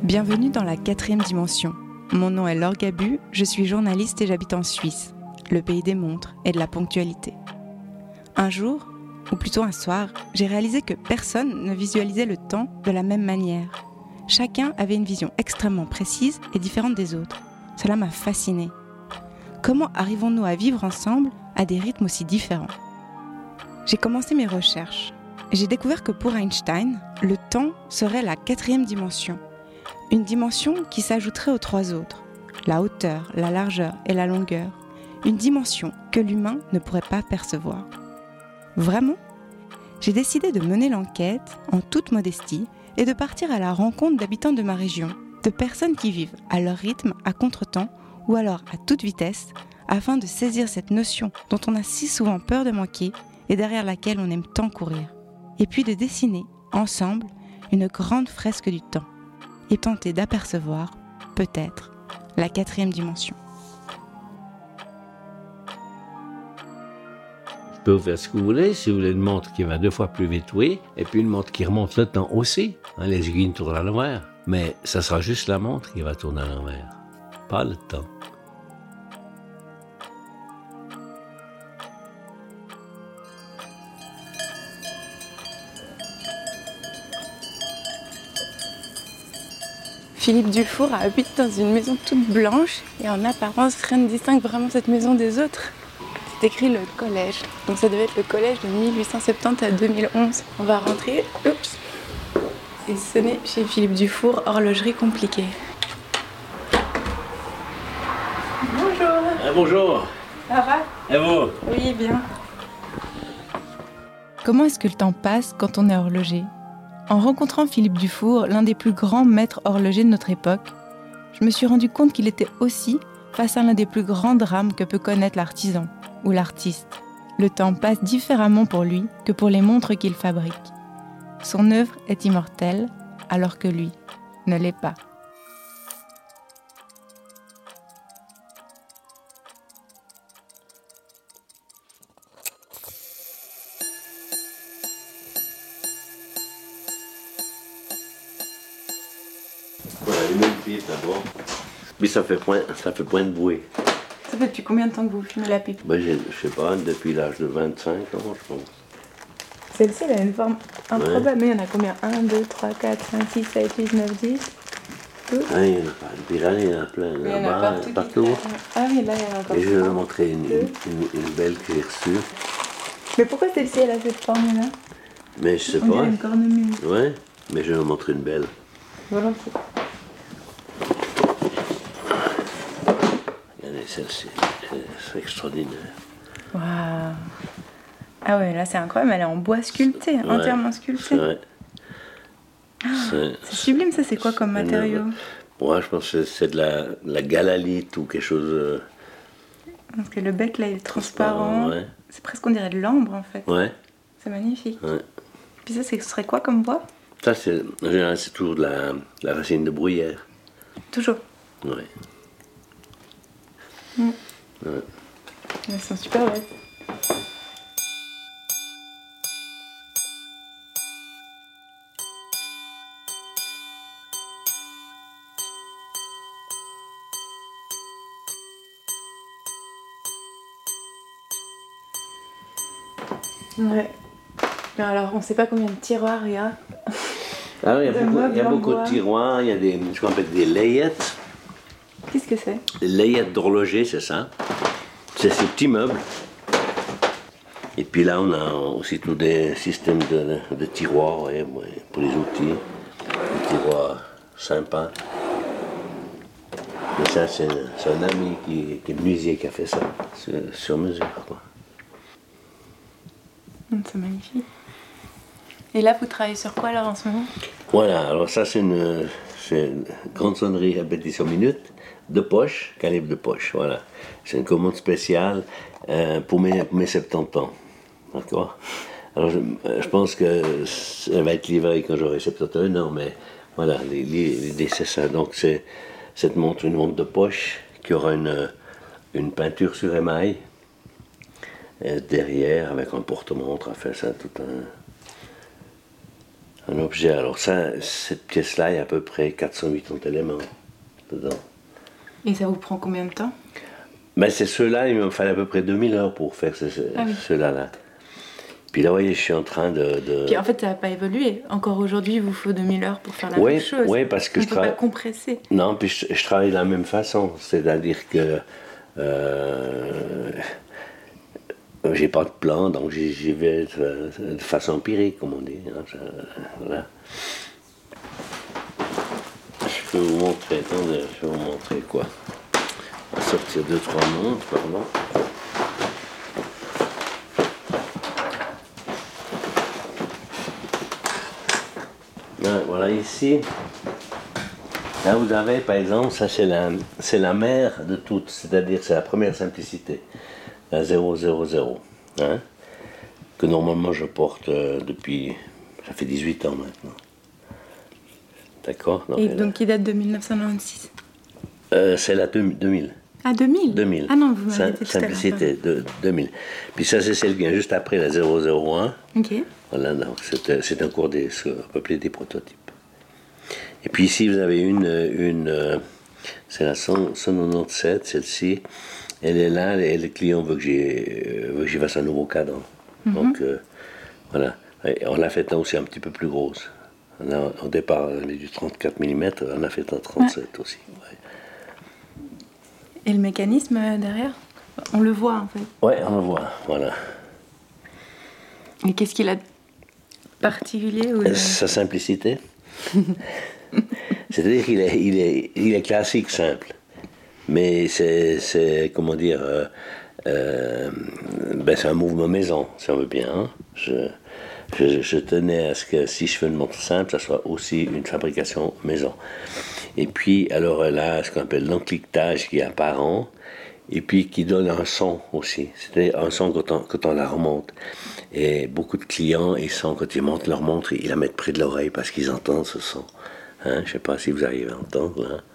Bienvenue dans la 4e dimension. Mon nom est Laure Gabu, je suis journaliste et j'habite en Suisse, le pays des montres et de la ponctualité. Un jour, ou plutôt un soir, j'ai réalisé que personne ne visualisait le temps de la même manière. Chacun avait une vision extrêmement précise et différente des autres. Cela m'a fascinée. Comment arrivons-nous à vivre ensemble à des rythmes aussi différents ? J'ai commencé mes recherches et j'ai découvert que pour Einstein, le temps serait la 4e dimension. Une dimension qui s'ajouterait aux 3 autres, la hauteur, la largeur et la longueur. Une dimension que l'humain ne pourrait pas percevoir. Vraiment ? J'ai décidé de mener l'enquête en toute modestie et de partir à la rencontre d'habitants de ma région, de personnes qui vivent à leur rythme, à contretemps ou alors à toute vitesse, afin de saisir cette notion dont on a si souvent peur de manquer et derrière laquelle on aime tant courir. Et puis de dessiner, ensemble, une grande fresque du temps et tenter d'apercevoir, peut-être, la 4e dimension. Je peux vous faire ce que vous voulez. Si vous voulez une montre qui va 2 fois plus vite, oui. Et puis une montre qui remonte le temps aussi. Les aiguilles tournent à l'envers. Mais ça sera juste la montre qui va tourner à l'envers. Pas le temps. Philippe Dufour habite dans une maison toute blanche et en apparence, rien ne distingue vraiment cette maison des autres. C'est écrit le collège, donc ça devait être le collège de 1870 à 2011. On va rentrer, oups, et sonner chez Philippe Dufour, horlogerie compliquée. Bonjour. Bonjour. Ça va ? Et vous ? Oui, bien. Comment est-ce que le temps passe quand on est horloger ? En rencontrant Philippe Dufour, l'un des plus grands maîtres horlogers de notre époque, je me suis rendu compte qu'il était aussi face à l'un des plus grands drames que peut connaître l'artisan ou l'artiste. Le temps passe différemment pour lui que pour les montres qu'il fabrique. Son œuvre est immortelle, alors que lui ne l'est pas. Voilà, une même pipe d'abord. Puis ça fait point de bouée. Ça fait depuis combien de temps que vous fumez la pipe ? Je sais pas, depuis l'âge de 25 ans, je pense. Celle-ci, elle a une forme improbable, mais il y en a combien ? 1, 2, 3, 4, 5, 6, 7, 8, 9, 10 12. Ah, il y en a pas. Depuis là, il y en a plein. Il y en a Là-bas, partout. Ah oui, là, il y en a encore. Et je vais vous montrer une belle que j'ai reçue. Mais pourquoi celle-ci, elle a cette forme-là ? Mais je sais On dirait pas. une cornemuse. Ouais, mais je vais vous montrer une belle. Volontiers. Regardez celle-ci, c'est extraordinaire. Waouh. Ah ouais, là c'est incroyable, elle est en bois sculpté, Ouais, entièrement sculpté. Ouais. C'est sublime, ça c'est quoi comme matériau ? Moi je pense que c'est de la galalite ou quelque chose. Parce que le bec là il est transparent. Ouais. C'est presque on dirait de l'ambre en fait. Ouais. C'est magnifique. Ouais. Puis ça, ce serait quoi comme bois ? Ça, en général, c'est toujours de la racine de bruyère. Toujours. Ouais. Ouais. Elles sont super belles. Ouais. Mais alors, on sait pas combien de tiroirs il y a. Ah oui, il y a en beaucoup bois. de tiroirs, il y a ce qu'on appelle des layettes. Qu'est-ce que c'est ? Les layettes d'horloger, c'est ça. C'est ces petits meubles. Et puis là, on a aussi tous des systèmes de tiroirs, ouais, pour les outils. Des tiroirs sympas. Mais ça, c'est un ami qui est menuisier qui a fait ça, sur mesure, quoi. C'est magnifique. Et là, vous travaillez sur quoi alors en ce moment ? Voilà, alors ça, c'est une grande sonnerie à répétition minute, de poche, calibre de poche, voilà. C'est une commande spéciale pour mes 70 ans. D'accord. Alors je pense que ça va être livré quand j'aurai 71 ans, mais voilà, l'idée c'est ça. Donc c'est une montre de poche qui aura une peinture sur émail derrière avec un porte-montre, à faire ça tout Un objet. Alors ça, cette pièce-là, il y a à peu près 480 éléments dedans. Et ça vous prend combien de temps? Mais c'est ceux-là, il me fallait à peu près 2000 heures pour faire ceux-là. Puis là, vous voyez, je suis en train de... Puis en fait, ça n'a pas évolué. Encore aujourd'hui, il vous faut 2000 heures pour faire la même chose. Oui, parce que je travaille... pas compresser. Non, puis je travaille de la même façon. C'est-à-dire que... j'ai pas de plan, donc j'y vais de façon empirique, comme on dit. Voilà. Je peux vous montrer, attendez, je vais vous montrer quoi. On va sortir 2-3 montres, pardon. Voilà, ici, là vous avez par exemple, ça c'est la mère de toutes, c'est-à-dire c'est la première simplicité, la 000, hein, que normalement je porte depuis, ça fait 18 ans maintenant. D'accord? Et donc qui date de 1996? C'est la 2000. Ah, 2000? 2000. Ah non, vous m'avez dit tout à l'heure. Simplicité de 2000. Puis ça, c'est celle qui vient juste après la 001. Ok. Voilà, donc c'est un cours ce qu'on peut appeler des prototypes. Et puis ici, vous avez c'est la 197, celle-ci. Elle est là, et le client veut que j'y fasse un nouveau cadre. Donc, voilà. Et on l'a fait aussi un petit peu plus grosse. Au départ, on avait du 34 mm, on a fait un 37 aussi. Ouais. Et le mécanisme derrière, on le voit en fait. Ouais, on le voit, voilà. Et qu'est-ce qu'il a de particulier Sa simplicité. C'est-à-dire qu'il est classique, simple. Mais c'est comment dire, c'est un mouvement maison, si on veut bien. Hein. Je tenais à ce que si je fais une montre simple, ça soit aussi une fabrication maison. Et puis, alors elle a ce qu'on appelle l'encliquetage qui est apparent, et puis qui donne un son aussi. C'est-à-dire un son quand on la remonte. Et beaucoup de clients, quand ils montent leur montre, ils la mettent près de l'oreille parce qu'ils entendent ce son. Hein, je ne sais pas si vous arrivez à entendre. Hein.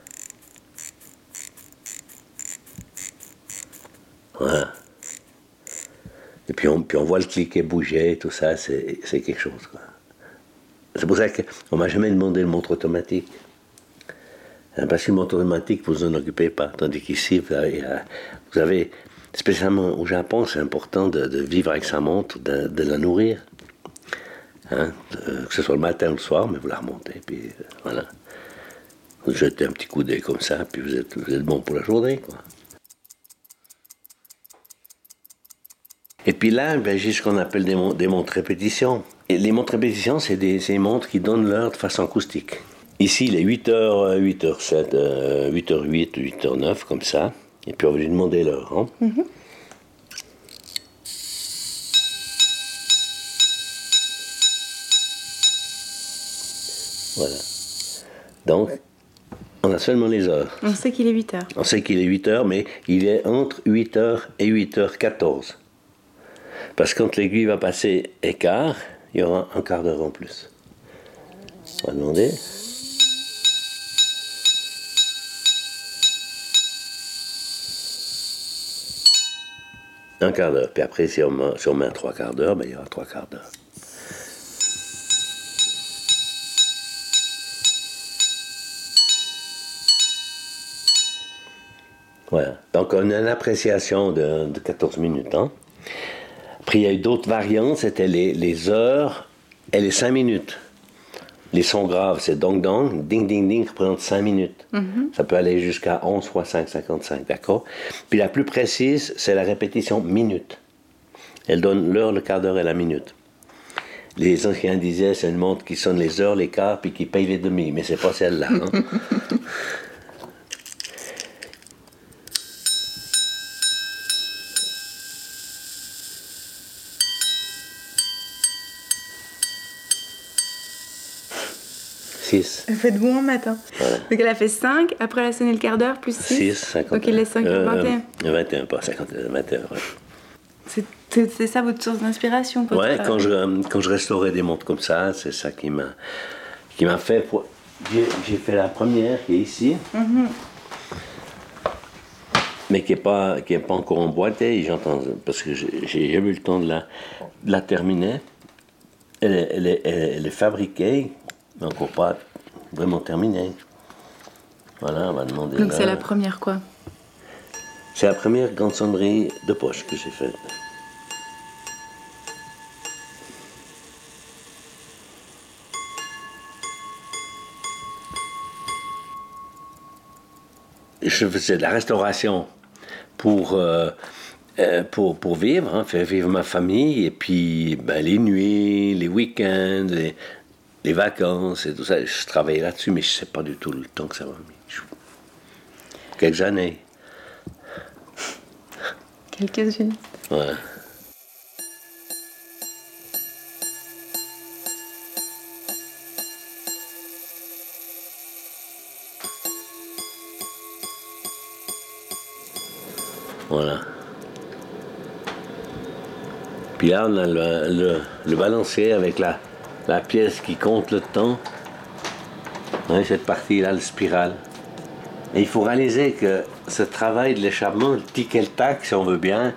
Voilà. Et puis on voit le cliquet bouger, tout ça, c'est quelque chose. Quoi. C'est pour ça qu'on ne m'a jamais demandé une montre automatique. Parce qu'une montre automatique, vous en occupez pas. Tandis qu'ici, vous avez, spécialement au Japon, c'est important de vivre avec sa montre, de la nourrir. Hein, que ce soit le matin ou le soir, mais vous la remontez, puis voilà. Vous jetez un petit coup d'œil comme ça, puis vous êtes bon pour la journée, quoi. Et puis là, j'ai ce qu'on appelle des montres répétitions. Et les montres répétitions, c'est des montres qui donnent l'heure de façon acoustique. Ici, il est 8h, 8h07, 8h08, 8h09, comme ça. Et puis on va lui demander l'heure. Hein. Mm-hmm. Voilà. Donc, on a seulement les heures. On sait qu'il est 8h. On sait qu'il est 8h, mais il est entre 8h et 8h14. Parce que quand l'aiguille va passer écart, il y aura un quart d'heure en plus. On va demander. Un quart d'heure. Puis après, si on met un 3/4 d'heure, il y aura 3/4 d'heure. Voilà. Donc on a une appréciation de 14 minutes. Hein. Après, il y a eu d'autres variantes, c'était les heures et les 5 minutes. Les sons graves, c'est dong dong, ding ding ding, qui représente 5 minutes. Mm-hmm. Ça peut aller jusqu'à 11 fois 5, 55, d'accord? Puis la plus précise, c'est la répétition minute. Elle donne l'heure, le quart d'heure et la minute. Les anciens disaient, c'est une montre qui sonne les heures, les quarts, puis qui paye les demi, mais c'est pas celle-là. Hein? Elle fait de bon matin. Voilà. Donc elle a fait 5, après elle a sonné le quart d'heure, plus 6. 50. Donc il est 5 21. 21, pas 50, 21, ouais. C'est ça votre source d'inspiration? Ouais, quand je restaurais des montres comme ça, c'est ça qui m'a fait... J'ai fait la première qui est ici, mm-hmm. mais qui est pas encore emboîtée, j'entends, parce que j'ai jamais eu le temps de la terminer. Elle est fabriquée, mais encore pas vraiment terminée. Voilà, on va demander. Donc là. c'est la première quoi? C'est la première grande sonnerie de poche que j'ai faite. Je faisais de la restauration pour vivre, hein, faire vivre ma famille, et puis ben, les nuits, les week-ends, les vacances et tout ça. Je travaillais là-dessus, mais je ne sais pas du tout le temps que ça m'a mis. Quelques années. Quelques-unes. Ouais. Voilà. Puis là, on a le balancier avec la pièce qui compte le temps. Ouais, cette partie-là, le spirale. Et il faut réaliser que ce travail de l'échappement, le tic et le tac, si on veut bien,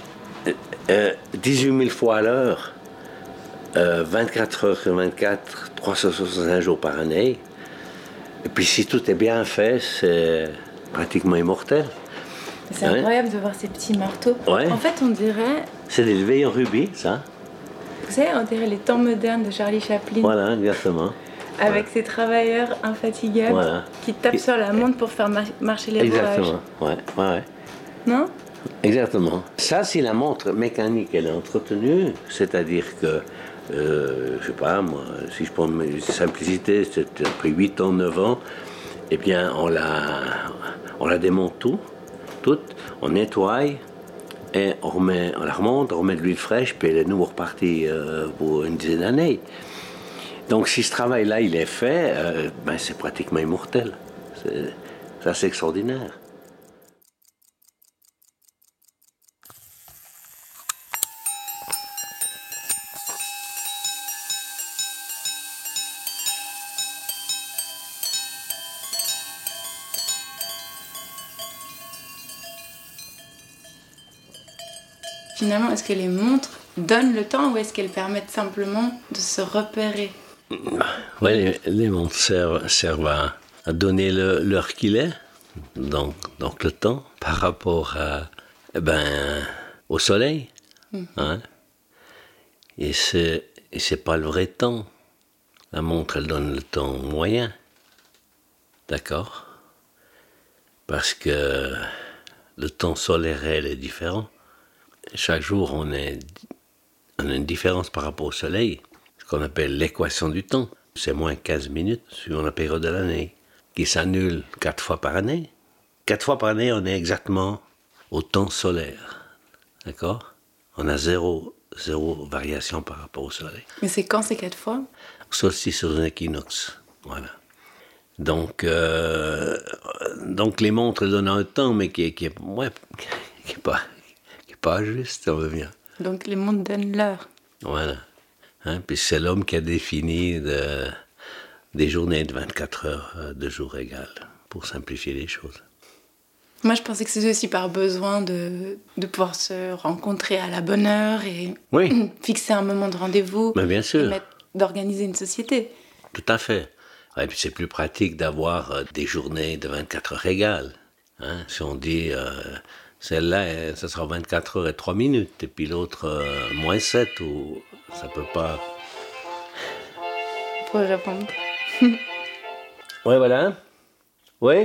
18 000 fois à l'heure, 24 heures sur 24, 365 jours par année. Et puis si tout est bien fait, c'est pratiquement immortel. C'est incroyable de voir ces petits marteaux. Ouais. En fait, on dirait, C'est des levées en rubis, ça. vous savez, on dirait les temps modernes de Charlie Chaplin. Voilà, exactement. Avec ces travailleurs infatigables Voilà. qui tapent sur la montre pour faire marcher les rouages. Exactement, ouais. Non? Exactement. Ça, si la montre mécanique elle est entretenue, c'est-à-dire que, je sais pas, moi, si je prends une simplicité, c'est après 8 ans, 9 ans, eh bien, on la démonte toute, on nettoie, et on la remonte, on remet de l'huile fraîche, puis elle est nouveau repartie pour une dizaine d'années. Donc si ce travail-là, il est fait, ben, c'est pratiquement immortel. C'est assez extraordinaire. Finalement, est-ce que les montres donnent le temps ou est-ce qu'elles permettent simplement de se repérer? Oui, les montres servent à donner l'heure qu'il est, donc le temps, par rapport au soleil. Hein? Et c'est pas le vrai temps. La montre, elle donne le temps moyen. D'accord? Parce que le temps solaire, elle est différent. Chaque jour, on a une différence par rapport au soleil. Ce qu'on appelle l'équation du temps. C'est moins 15 minutes suivant la période de l'année, qui s'annule 4 fois par année. 4 fois par année, on est exactement au temps solaire. D'accord? On a zéro variation par rapport au soleil. Mais c'est quand ces 4 fois? Solstice aux équinoxes. Voilà. Donc les montres donnent un temps, mais qui est pas juste, on veut bien. Donc les montres donnent l'heure. Voilà. Hein, puis c'est l'homme qui a défini des journées de 24 heures de jour égal, pour simplifier les choses. Moi, je pensais que c'était aussi par besoin de pouvoir se rencontrer à la bonne heure et Oui. fixer un moment de rendez-vous. Mais bien sûr. Et d'organiser une société. Tout à fait. Et puis c'est plus pratique d'avoir des journées de 24 heures égales. Hein, si on dit celle-là, ça sera 24 heures et 3 minutes, et puis l'autre moins 7, ou ça peut pas. Pour répondre. Oui, voilà. Oui.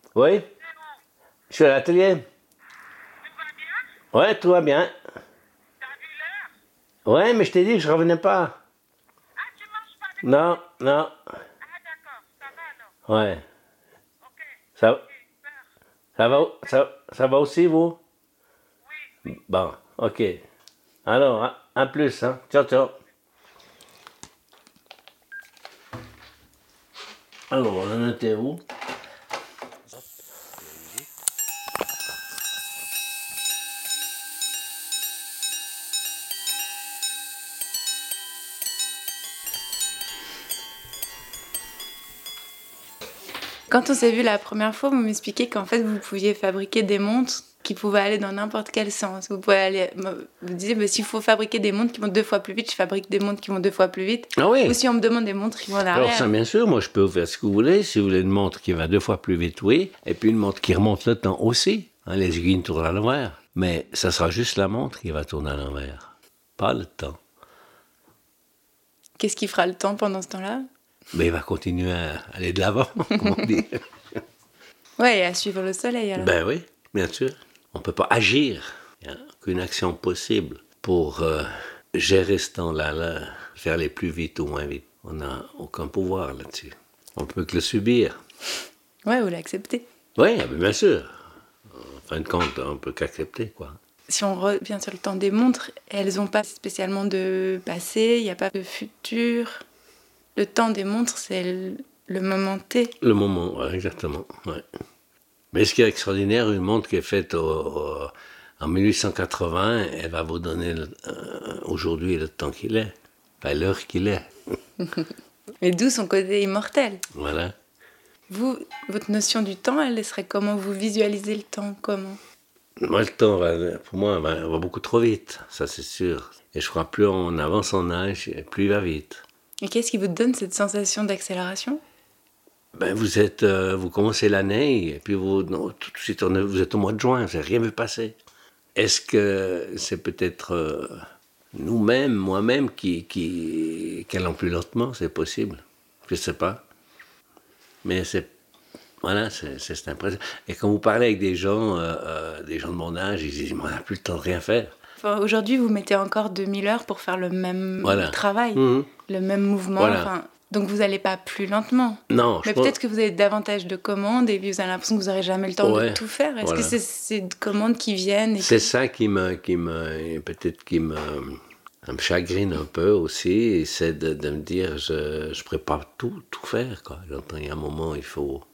Je suis à l'atelier. Ouais, tout va bien. T'as vu l'heure? Ouais, mais je t'ai dit que je revenais pas. Ah, tu manges pas de... Non. Ah, d'accord, ça va alors. Ouais. Ok. Ça, Ok, peur. ça va aussi, vous? Oui. Bon, ok. Alors, à plus, hein. Ciao. Alors, on en était où? Quand on s'est vu la première fois, vous m'expliquiez qu'en fait, vous pouviez fabriquer des montres qui pouvait aller dans n'importe quel sens. Vous pouvez aller, vous disiez, mais s'il faut fabriquer des montres qui vont 2 fois plus vite, je fabrique des montres qui vont 2 fois plus vite. Ah oui. Ou si on me demande des montres qui vont en Alors arrière. ça, bien sûr, moi je peux vous faire ce que vous voulez. Si vous voulez une montre qui va 2 fois plus vite, oui. Et puis une montre qui remonte le temps aussi. Hein, les aiguilles tournent à l'envers. Mais ça sera juste la montre qui va tourner à l'envers. Pas le temps. Qu'est-ce qui fera le temps pendant ce temps-là? Mais il va continuer à aller de l'avant, comme on dit. Ouais, et à suivre le soleil alors. Ben oui, bien sûr. On ne peut pas agir. Il n'y a aucune action possible pour gérer ce temps-là, faire aller plus vite ou moins vite. On n'a aucun pouvoir là-dessus. On ne peut que le subir. Ouais, ou l'accepter. Oui, bien sûr. En fin de compte, on ne peut qu'accepter, quoi. Si on revient sur le temps des montres, elles n'ont pas spécialement de passé, il n'y a pas de futur. Le temps des montres, c'est le moment T. Le moment, ouais, exactement. Ouais. Mais ce qui est extraordinaire, une montre qui est faite en 1880, elle va vous donner aujourd'hui le temps qu'il est, enfin l'heure qu'il est. Mais d'où son côté immortel. Voilà. Vous, votre notion du temps, elle serait comment? Vous visualisez le temps comment? Moi, le temps, pour moi, va beaucoup trop vite, ça c'est sûr. Et je crois plus on avance en âge, plus il va vite. Et qu'est-ce qui vous donne cette sensation d'accélération? Ben, vous commencez l'année, et puis tout de suite, vous êtes au mois de juin, vous n'avez rien vu passer. Est-ce que c'est peut-être nous-mêmes, moi-même, qui allons plus lentement? C'est possible. Je ne sais pas. Mais voilà, c'est cette impression. Et quand vous parlez avec des gens de mon âge, ils disent, on n'a plus le temps de rien faire. Enfin, aujourd'hui, vous mettez encore 2000 heures pour faire le même travail, le même mouvement. Voilà. Enfin, donc vous n'allez pas plus lentement. Non, mais peut-être que vous avez davantage de commandes et puis vous avez l'impression que vous n'aurez jamais le temps de tout faire. Est-ce que c'est ces commandes qui viennent C'est ça qui me chagrine un peu aussi, c'est de me dire je ne pourrais pas tout faire, quoi. J'entends, il y a un moment, il faudra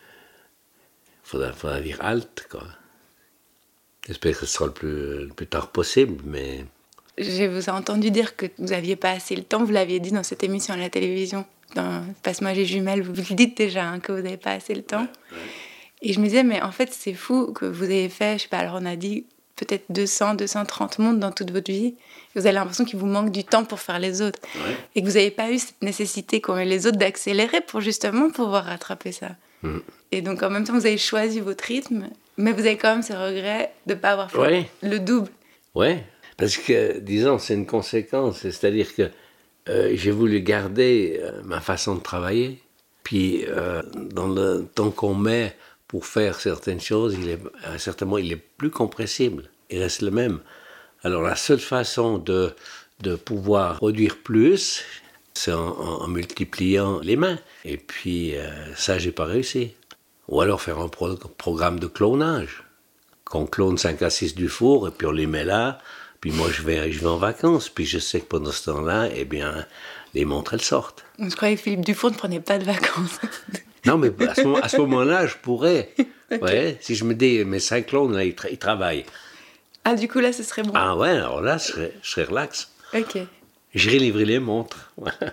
dire halte, quoi. J'espère que ce sera le plus tard possible, mais... Je vous ai entendu dire que vous n'aviez pas assez le temps, vous l'aviez dit dans cette émission à la télévision, dans Passe-moi les jumelles, vous le dites déjà, hein, que vous n'avez pas assez le temps. Ouais. Et je me disais, mais en fait, c'est fou que vous ayez fait, je sais pas, alors on a dit peut-être 200, 230 mondes dans toute votre vie. Vous avez l'impression qu'il vous manque du temps pour faire les autres. Ouais. Et que vous n'avez pas eu cette nécessité qu'ont eu les autres d'accélérer pour justement pouvoir rattraper ça. Et donc en même temps, vous avez choisi votre rythme, mais vous avez quand même ce regret de ne pas avoir fait le double. Oui, parce que, disons, c'est une conséquence. C'est-à-dire que j'ai voulu garder ma façon de travailler. Puis, dans le temps qu'on met pour faire certaines choses, certainement, il est plus compressible. Il reste le même. Alors, la seule façon de pouvoir produire plus, c'est en multipliant les mains. Et puis, ça, j'ai pas réussi. Ou alors faire un programme de clonage. Qu'on clone 5 à 6 du four, et puis on les met là. Puis moi, je vais en vacances. Puis je sais que pendant ce temps-là, eh bien, les montres, elles sortent. Je croyais que Philippe Dufour ne prenait pas de vacances. Non, mais à ce moment-là, je pourrais. Okay. Ouais, si je me dis, mes 5 clones, là, ils travaillent. Ah, du coup, là, ce serait bon. Ah ouais, alors là, je serais relax. Ok. J'irai livrer les montres. Voilà.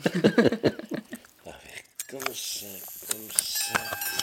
Comme ça, comme ça.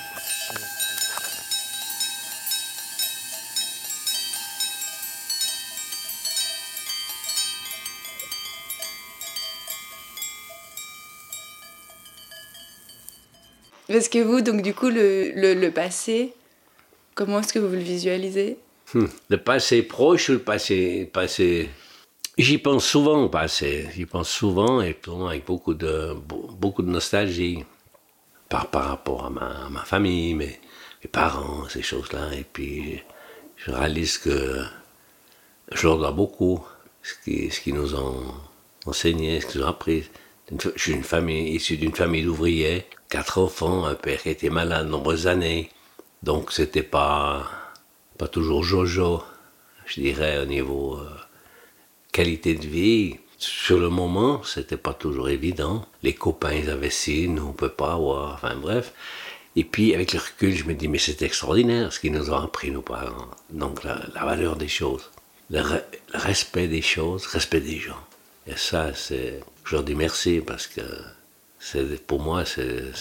Parce que vous, donc du coup, le passé, comment est-ce que vous le visualisez? Le passé proche ou le passé... J'y pense souvent au passé. J'y pense souvent et avec beaucoup de nostalgie par rapport à ma famille, mes parents, ces choses-là. Et puis, je réalise que je leur dois beaucoup, ce qu'ils nous ont enseigné, ce qu'ils ont appris. Je suis issu d'une famille d'ouvriers, 4 enfants, un père qui était malade de nombreuses années. Donc, c'était pas toujours jojo, je dirais, au niveau qualité de vie. Sur le moment, c'était pas toujours évident. Les copains, ils avaient ci, nous, on peut pas avoir, enfin bref. Et puis, avec le recul, je me dis, mais c'est extraordinaire ce qu'ils nous ont appris, nos parents. Donc, la valeur des choses, le respect des choses, respect des gens. Et ça, je leur dis merci parce que pour moi,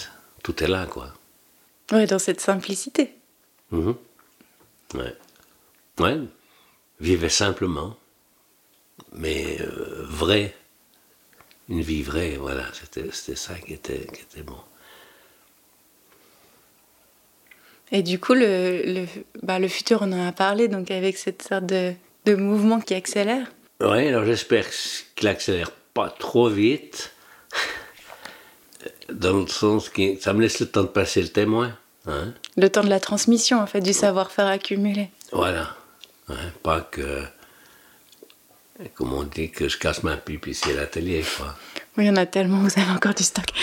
tout est là, quoi. Oui, dans cette simplicité. Ouais. Ouais, vivait simplement, mais vrai. Une vie vraie, voilà, c'était ça qui était bon. Et du coup, le futur, on en a parlé, donc avec cette sorte de mouvement qui accélère. Oui, alors j'espère qu'il accélère pas trop vite, dans le sens que ça me laisse le temps de passer le témoin. Hein? Le temps de la transmission, en fait, du savoir-faire accumulé. Voilà. Hein, pas que, comme on dit, que je casse ma pipe ici à l'atelier, quoi. Oui, il y en a tellement, vous avez encore du stock.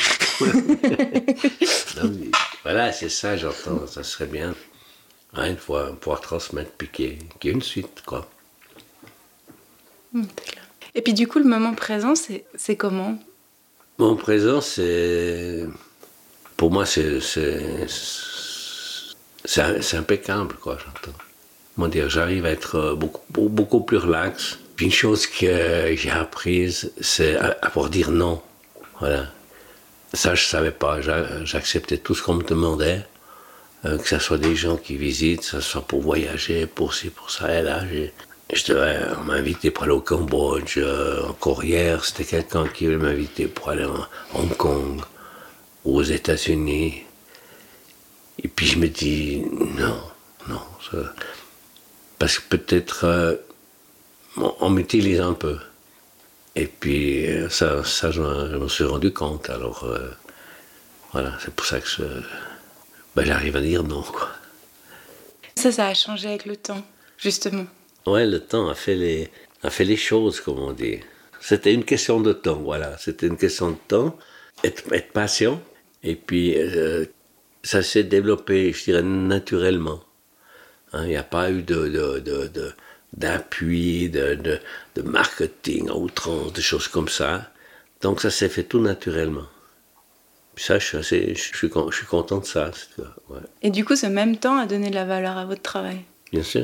Donc, voilà, c'est ça, j'entends, ça serait bien. Hein, une fois pouvoir transmettre, puis qu'il y ait une suite, quoi. C'est clair. Et puis du coup, le moment présent, c'est comment? Mon présent, c'est... Pour moi, c'est impeccable, quoi, j'entends. Comment dire, j'arrive à être beaucoup plus relax. Puis une chose que j'ai apprise, c'est à pouvoir dire non. Voilà. Ça, je savais pas. J'acceptais tout ce qu'on me demandait. Que ce soit des gens qui visitent, que ce soit pour voyager, pour ci, pour ça. Et là, on m'a invité pour aller au Cambodge. Encore hier, c'était quelqu'un qui voulait m'inviter pour aller à Hong Kong ou aux États-Unis. Et puis je me dis, non. Parce que peut-être on m'utilise un peu. Et puis ça je m'en suis rendu compte. Alors voilà, c'est pour ça que j'arrive à dire non, quoi. Ça a changé avec le temps, justement. Ouais, le temps a fait les choses, comme on dit. C'était une question de temps, voilà. C'était une question de temps, être patient. Et puis ça s'est développé, je dirais, naturellement. Il n'y a pas eu d'appui, de marketing à outrance, des choses comme ça. Donc ça s'est fait tout naturellement. Puis ça, je suis content de ça. Ouais. Et du coup, ce même temps a donné de la valeur à votre travail? Bien sûr.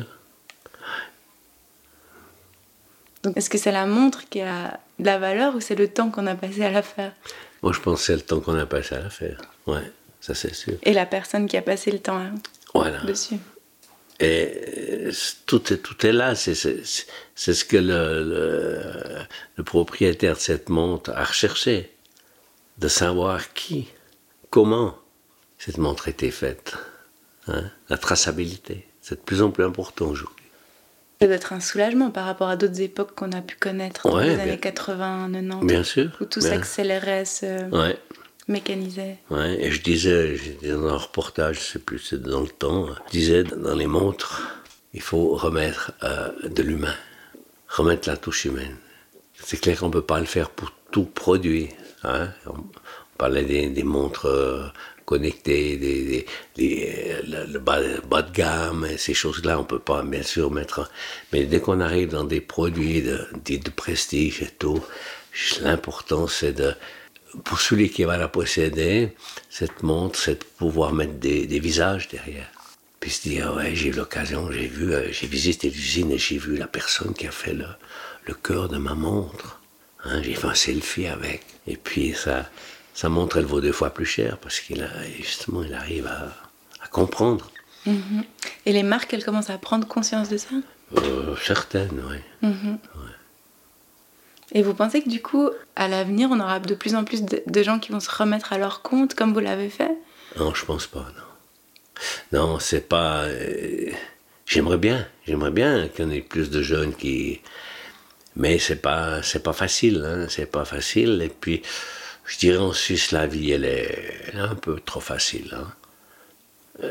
Donc, est-ce que c'est la montre qui a de la valeur ou c'est le temps qu'on a passé à la faire? Moi, je pense que c'est le temps qu'on a passé à la faire. Ouais, ça c'est sûr. Et la personne qui a passé le temps voilà. dessus. Et tout est là. C'est ce que le propriétaire de cette montre a recherché. De savoir qui, comment cette montre a été faite. Hein? La traçabilité, c'est de plus en plus important aujourd'hui. Ça doit être un soulagement par rapport à d'autres époques qu'on a pu connaître dans les années 80, 90. Bien sûr. Où tout s'accélérait, mécanisait. Ouais, et je disais dans un reportage, je ne sais plus, c'est dans le temps, je disais dans les montres, il faut remettre de l'humain, remettre la touche humaine. C'est clair qu'on ne peut pas le faire pour tout produit. Hein? On parlait des montres connectées, le bas de gamme, et ces choses-là, on ne peut pas bien sûr mettre. Mais dès qu'on arrive dans des produits de prestige et tout, l'important c'est pour celui qui va la posséder, cette montre, c'est de pouvoir mettre des visages derrière. Puis se dire, ouais, j'ai eu l'occasion, j'ai visité l'usine et j'ai vu la personne qui a fait le cœur de ma montre. Hein, j'ai fait un selfie avec. Et puis sa montre, elle vaut 2 fois plus cher parce il arrive à comprendre. Mm-hmm. Et les marques, elles commencent à prendre conscience de ça? Certaines, oui. Mm-hmm. Ouais. Et vous pensez que du coup, à l'avenir, on aura de plus en plus de gens qui vont se remettre à leur compte comme vous l'avez fait? Non, je pense pas, non. Non, c'est pas... J'aimerais bien qu'il y en ait plus de jeunes qui... Mais c'est pas facile, hein, c'est pas facile. Et puis, je dirais en Suisse, la vie, elle est un peu trop facile. Hein.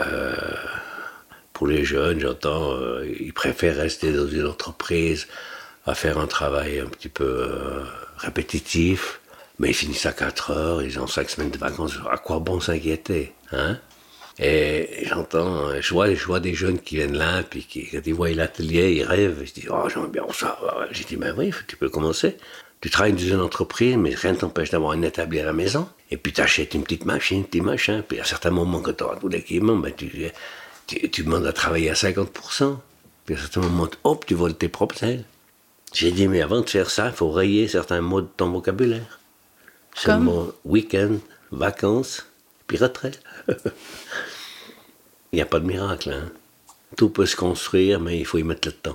Pour les jeunes, j'entends, ils préfèrent rester dans une entreprise à faire un travail un petit peu répétitif, mais ils finissent à 4 heures, ils ont 5 semaines de vacances, à quoi bon s'inquiéter, hein? Et j'entends, je vois des jeunes qui viennent là, puis quand ils voient l'atelier, ils rêvent, je dis, oh, j'aimerais bien ça. J'ai dit, ben oui, tu peux commencer. Tu travailles dans une entreprise, mais rien ne t'empêche d'avoir un établi à la maison. Et puis tu achètes une petite machine, un petit machin, puis à certains moments, quand tu auras tout l'équipement, ben, tu demandes à travailler à 50%. Puis à certains moments, hop, tu voles tes propres ailes. J'ai dit, mais avant de faire ça, il faut rayer certains mots de ton vocabulaire. Seulement week-end, vacances, puis retraite. Il n'y a pas de miracle, hein. Tout peut se construire, mais il faut y mettre le temps.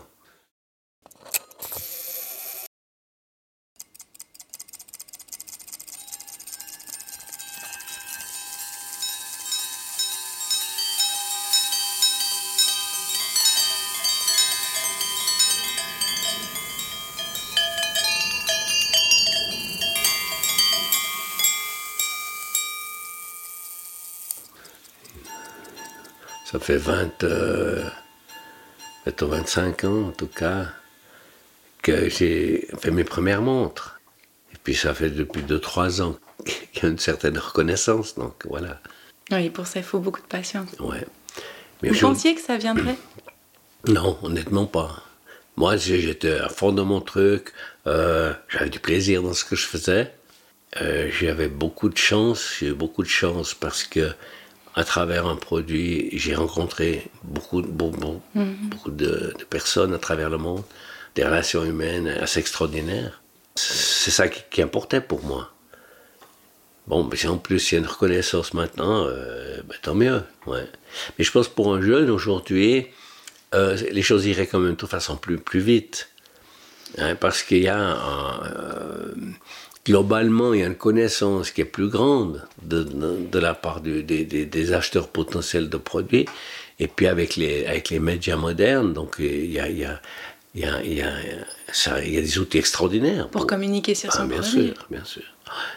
Ça fait 25 ans en tout cas que j'ai fait mes premières montres. Et puis ça fait depuis 2-3 ans qu'il y a une certaine reconnaissance, donc voilà. Oui, pour ça, il faut beaucoup de patience. Ouais. Mais Vous pensiez que ça viendrait? Non, honnêtement pas. Moi, j'étais à fond dans mon truc, j'avais du plaisir dans ce que je faisais. J'avais beaucoup de chance, j'ai eu beaucoup de chance parce que à travers un produit, j'ai rencontré beaucoup de personnes à travers le monde, des relations humaines assez extraordinaires. C'est ça qui importait pour moi. Bon, mais si en plus il y a une reconnaissance maintenant, tant mieux. Ouais. Mais je pense que pour un jeune aujourd'hui, les choses iraient quand même de toute façon plus vite. Hein, parce qu'il y a globalement, il y a une connaissance qui est plus grande de la part des acheteurs potentiels de produits. Et puis avec les médias modernes, donc il y a des outils extraordinaires. Pour communiquer sur son bien produit. sûr, bien sûr.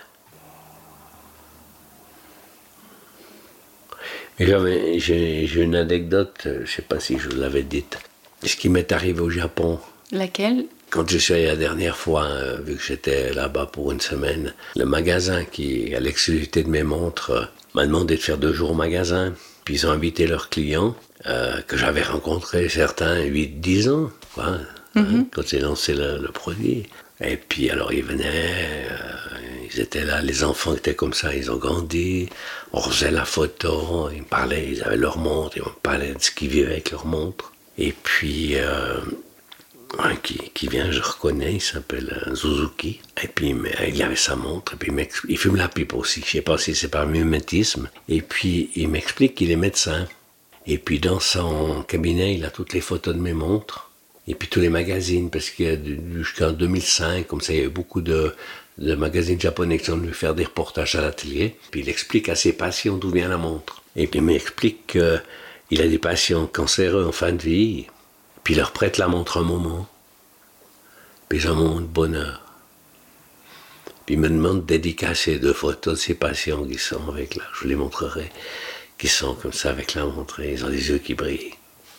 Et j'ai une anecdote, je ne sais pas si je vous l'avais dite. Ce qui m'est arrivé au Japon. Laquelle? Quand je suis allé la dernière fois, vu que j'étais là-bas pour une semaine, le magasin qui a l'exclusivité de mes montres m'a demandé de faire 2 jours au magasin. Puis ils ont invité leurs clients, que j'avais rencontrés certains 8-10 ans, quoi, quand j'ai lancé le produit. Et puis alors ils venaient, ils étaient là, les enfants étaient comme ça, ils ont grandi, on faisait la photo, ils me parlaient, ils avaient leur montre, ils me parlaient de ce qu'ils vivaient avec leur montre. Et puis... un qui vient, je reconnais, il s'appelle Suzuki. Et puis il avait sa montre, et puis il fume la pipe aussi. Je sais pas si c'est par mimétisme. Et puis il m'explique qu'il est médecin. Et puis dans son cabinet, il a toutes les photos de mes montres. Et puis tous les magazines, parce qu'il y a jusqu'en 2005, comme ça, il y a eu beaucoup de magazines japonais qui sont venus faire des reportages à l'atelier. Puis il explique à ses patients d'où vient la montre. Et puis il m'explique qu'il a des patients cancéreux en fin de vie. Puis il leur prête la montre un moment. Puis ils ont un moment de bonheur. Puis il me demande de dédicacer 2 photos de ces patients qui sont avec là, je vous les montrerai, qui sont comme ça avec la montre et ils ont des yeux qui brillent.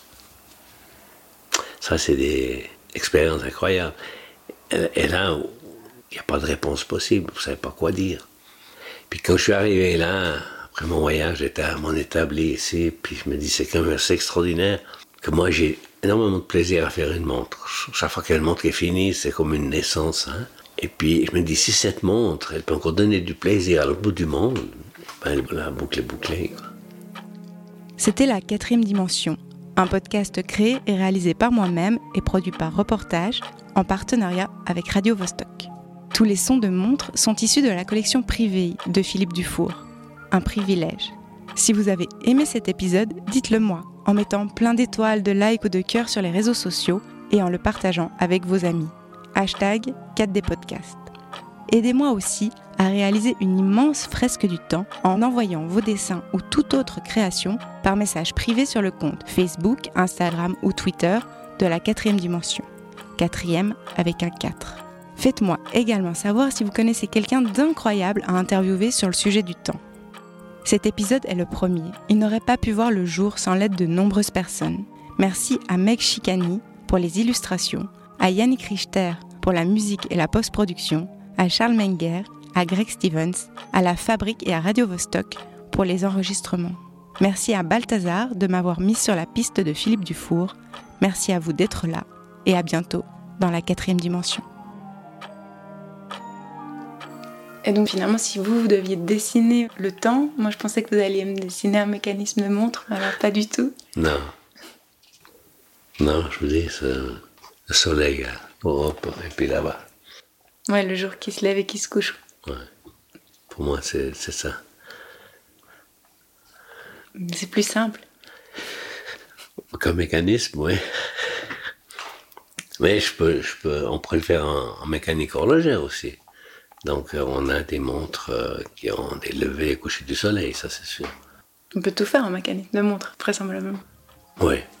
Ça, c'est des expériences incroyables. Et là, il n'y a pas de réponse possible, vous ne savez pas quoi dire. Puis quand je suis arrivé là, après mon voyage, j'étais à mon établi ici, puis je me dis, c'est quand même assez extraordinaire que moi j'ai énormément de plaisir à faire une montre. Chaque fois qu'une montre est finie, c'est comme une naissance. Hein. Et puis je me dis, si cette montre, elle peut encore donner du plaisir à l'autre bout du monde, ben la boucle est bouclée. Quoi. C'était la 4e dimension, un podcast créé et réalisé par moi-même et produit par Reportage en partenariat avec Radio Vostok. Tous les sons de montre sont issus de la collection privée de Philippe Dufour. Un privilège. Si vous avez aimé cet épisode, dites-le moi en mettant plein d'étoiles, de likes ou de cœurs sur les réseaux sociaux et en le partageant avec vos amis. Hashtag 4Dpodcast. Aidez-moi aussi à réaliser une immense fresque du temps en envoyant vos dessins ou toute autre création par message privé sur le compte Facebook, Instagram ou Twitter de la 4e dimension. 4e avec un 4. Faites-moi également savoir si vous connaissez quelqu'un d'incroyable à interviewer sur le sujet du temps. Cet épisode est le premier. Il n'aurait pas pu voir le jour sans l'aide de nombreuses personnes. Merci à Meg Chicani pour les illustrations, à Yannick Richter pour la musique et la post-production, à Charles Menger, à Greg Stevens, à La Fabrique et à Radio Vostok pour les enregistrements. Merci à Balthazar de m'avoir mis sur la piste de Philippe Dufour. Merci à vous d'être là et à bientôt dans la 4e dimension. Et donc finalement, si vous deviez dessiner le temps, moi je pensais que vous alliez me dessiner un mécanisme de montre, mais alors pas du tout. Non, je vous dis, c'est le soleil à Europe et puis là-bas. Ouais, le jour qui se lève et qui se couche. Ouais, pour moi c'est ça. C'est plus simple. Comme mécanisme, oui. Mais on pourrait le faire en mécanique horlogère aussi. Donc, on a des montres qui ont des levées et couchers du soleil, ça c'est sûr. On peut tout faire en mécanique de montre, vraisemblablement. Oui.